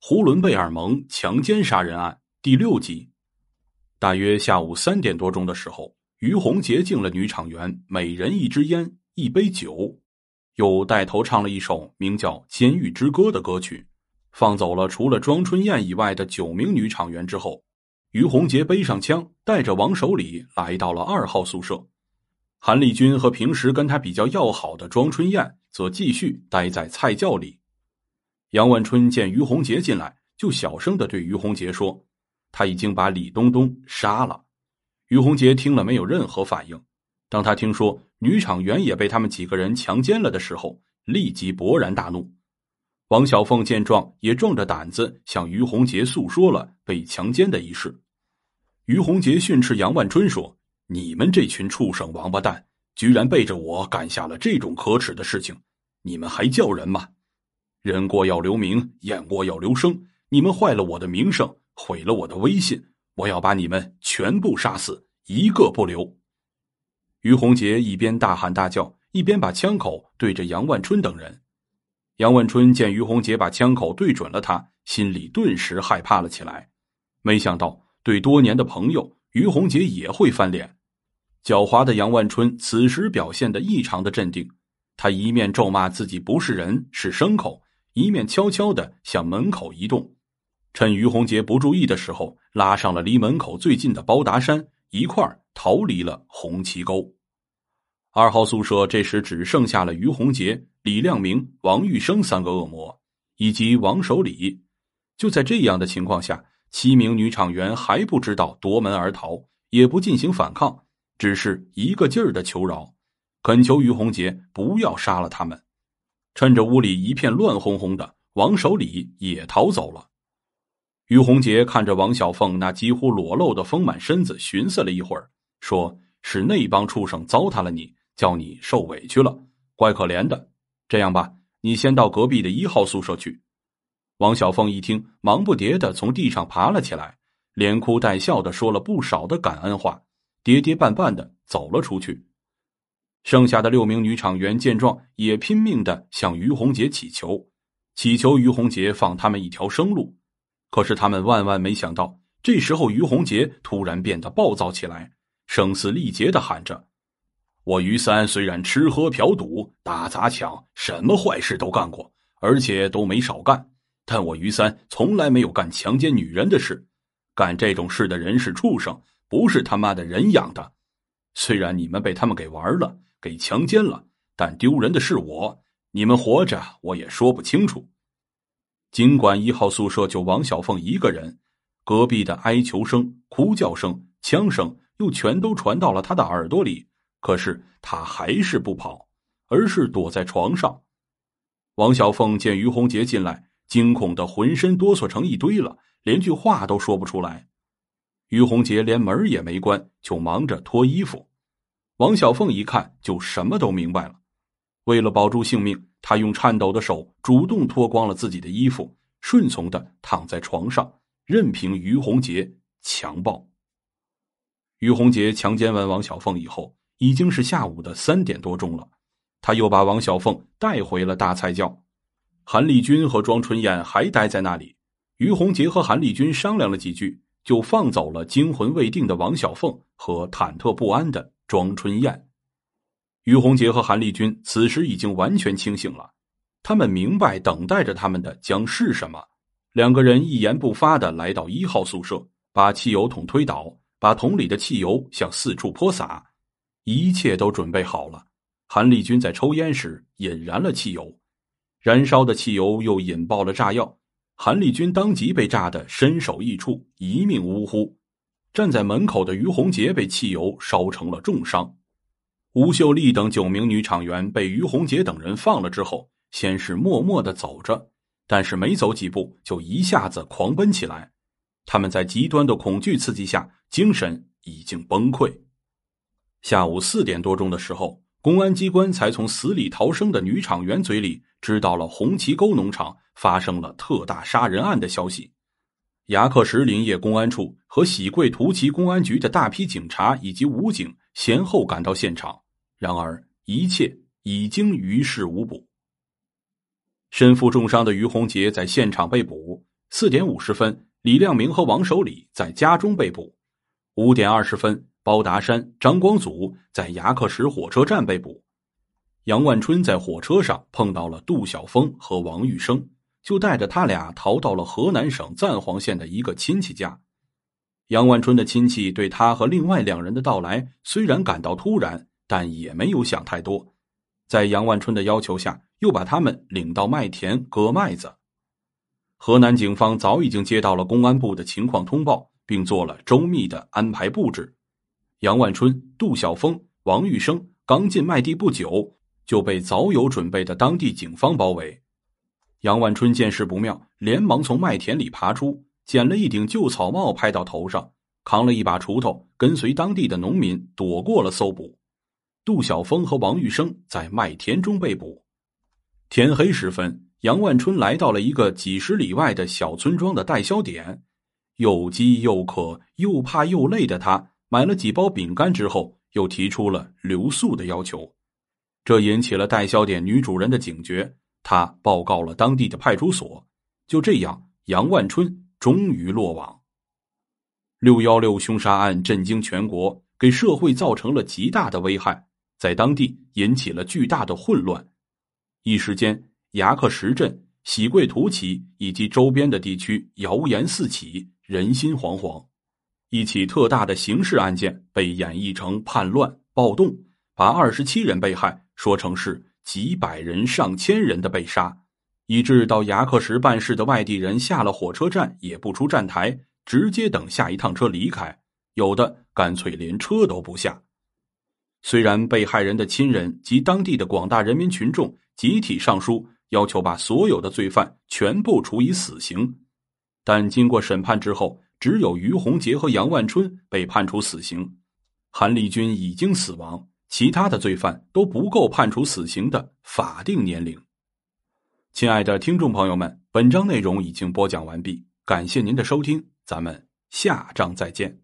呼伦贝尔盟强奸杀人案第6集。大约下午3点多钟的时候，于洪杰敬了女厂员每人1支烟、1杯酒，又带头唱了一首名叫《监狱之歌》的歌曲，放走了除了庄春燕以外的9名女厂员之后，于洪杰背上枪，带着王守礼来到了2号宿舍。韩立军和平时跟他比较要好的庄春燕则继续待在菜窖里。杨万春见于洪杰进来，就小声地对于洪杰说，他已经把李东东杀了。于洪杰听了没有任何反应，当他听说女厂员也被他们几个人强奸了的时候，立即勃然大怒。王小凤见状也壮着胆子向于洪杰诉说了被强奸的一事。于洪杰训斥杨万春说，你们这群畜生王八蛋，居然背着我干下了这种可耻的事情，你们还叫人吗？人过要留名，雁过要留声，你们坏了我的名声，毁了我的威信，我要把你们全部杀死，一个不留。于洪杰一边大喊大叫，一边把枪口对着杨万春等人。杨万春见于洪杰把枪口对准了他，心里顿时害怕了起来，没想到对多年的朋友于洪杰也会翻脸。狡猾的杨万春此时表现得异常的镇定，他一面咒骂自己不是人是牲口，一面悄悄地向门口移动，趁于洪杰不注意的时候，拉上了离门口最近的包达山，一块逃离了红旗沟。2号宿舍这时只剩下了于洪杰、李亮明、王玉生3个恶魔，以及王守礼。就在这样的情况下，7名女厂员还不知道夺门而逃，也不进行反抗，只是一个劲儿的求饶，恳求于洪杰不要杀了他们。趁着屋里一片乱哄哄的，王守礼也逃走了。于洪杰看着王小凤那几乎裸露的丰满身子，寻思了一会儿，说，是那帮畜生糟蹋了你，叫你受委屈了，怪可怜的。这样吧，你先到隔壁的1号宿舍去。王小凤一听，忙不迭地从地上爬了起来，连哭带笑地说了不少的感恩话，跌跌绊绊地走了出去。剩下的6名女厂员见状，也拼命地向于洪杰祈求于洪杰放他们一条生路。可是他们万万没想到，这时候于洪杰突然变得暴躁起来，声嘶力竭地喊着，我于三虽然吃喝嫖赌打砸抢，什么坏事都干过，而且都没少干，但我于三从来没有干强奸女人的事，干这种事的人是畜生，不是他妈的人养的。虽然你们被他们给玩了，给强奸了，但丢人的是我，你们活着我也说不清楚。尽管1号宿舍就王小凤一个人，隔壁的哀求声、哭叫声、枪声又全都传到了他的耳朵里，可是他还是不跑，而是躲在床上。王小凤见于洪杰进来，惊恐的浑身哆嗦成一堆了，连句话都说不出来。于洪杰连门也没关，就忙着脱衣服。王小凤一看就什么都明白了，为了保住性命，他用颤抖的手主动脱光了自己的衣服，顺从地躺在床上，任凭于洪杰强暴。于洪杰强奸完王小凤以后，已经是下午的3点多钟了，他又把王小凤带回了大菜窖。韩立军和庄春燕还待在那里，于洪杰和韩立军商量了几句，就放走了惊魂未定的王小凤和忐忑不安的庄春燕。于洪杰和韩立军此时已经完全清醒了，他们明白等待着他们的将是什么。2个人一言不发地来到1号宿舍，把汽油桶推倒，把桶里的汽油向四处泼洒，一切都准备好了。韩立军在抽烟时引燃了汽油，燃烧的汽油又引爆了炸药，韩立军当即被炸得身首异处，一命呜呼。站在门口的于洪杰被汽油烧成了重伤。吴秀丽等9名女厂员被于洪杰等人放了之后，先是默默地走着，但是没走几步就一下子狂奔起来。他们在极端的恐惧刺激下，精神已经崩溃。下午4点多钟的时候，公安机关才从死里逃生的女厂员嘴里知道了红旗沟农场发生了特大杀人案的消息。牙克石林业公安处和喜贵图旗公安局的大批警察以及武警先后赶到现场，然而一切已经于事无补。身负重伤的于洪杰在现场被捕 4点50分，李亮明和王守礼在家中被捕。5点20分，包达山、张光祖在牙克石火车站被捕。杨万春在火车上碰到了杜晓峰和王玉生，就带着他俩逃到了河南省赞皇县的一个亲戚家。杨万春的亲戚对他和另外2人的到来虽然感到突然，但也没有想太多，在杨万春的要求下，又把他们领到麦田割麦子。河南警方早已经接到了公安部的情况通报，并做了周密的安排布置。杨万春、杜晓峰、王玉生刚进麦地不久，就被早有准备的当地警方包围。杨万春见势不妙，连忙从麦田里爬出，捡了一顶旧草帽拍到头上，扛了一把锄头，跟随当地的农民躲过了搜捕。杜晓峰和王玉生在麦田中被捕。天黑时分，杨万春来到了一个几十里外的小村庄的代销点。又饥又渴又怕又累的他买了几包饼干之后，又提出了留宿的要求。这引起了代销点女主人的警觉，她报告了当地的派出所。就这样，杨万春终于落网。616凶杀案震惊全国，给社会造成了极大的危害，在当地引起了巨大的混乱。一时间，牙克石镇、喜贵土起以及周边的地区谣言四起，人心惶惶。一起特大的刑事案件被演绎成叛乱暴动，把27人被害说成是几百人上千人的被杀，以致到牙克石办事的外地人下了火车站也不出站台，直接等下一趟车离开，有的干脆连车都不下。虽然被害人的亲人及当地的广大人民群众集体上书，要求把所有的罪犯全部处以死刑，但经过审判之后，只有于洪杰和杨万春被判处死刑。韩立军已经死亡，其他的罪犯都不够判处死刑的法定年龄。亲爱的听众朋友们，本章内容已经播讲完毕，感谢您的收听，咱们下章再见。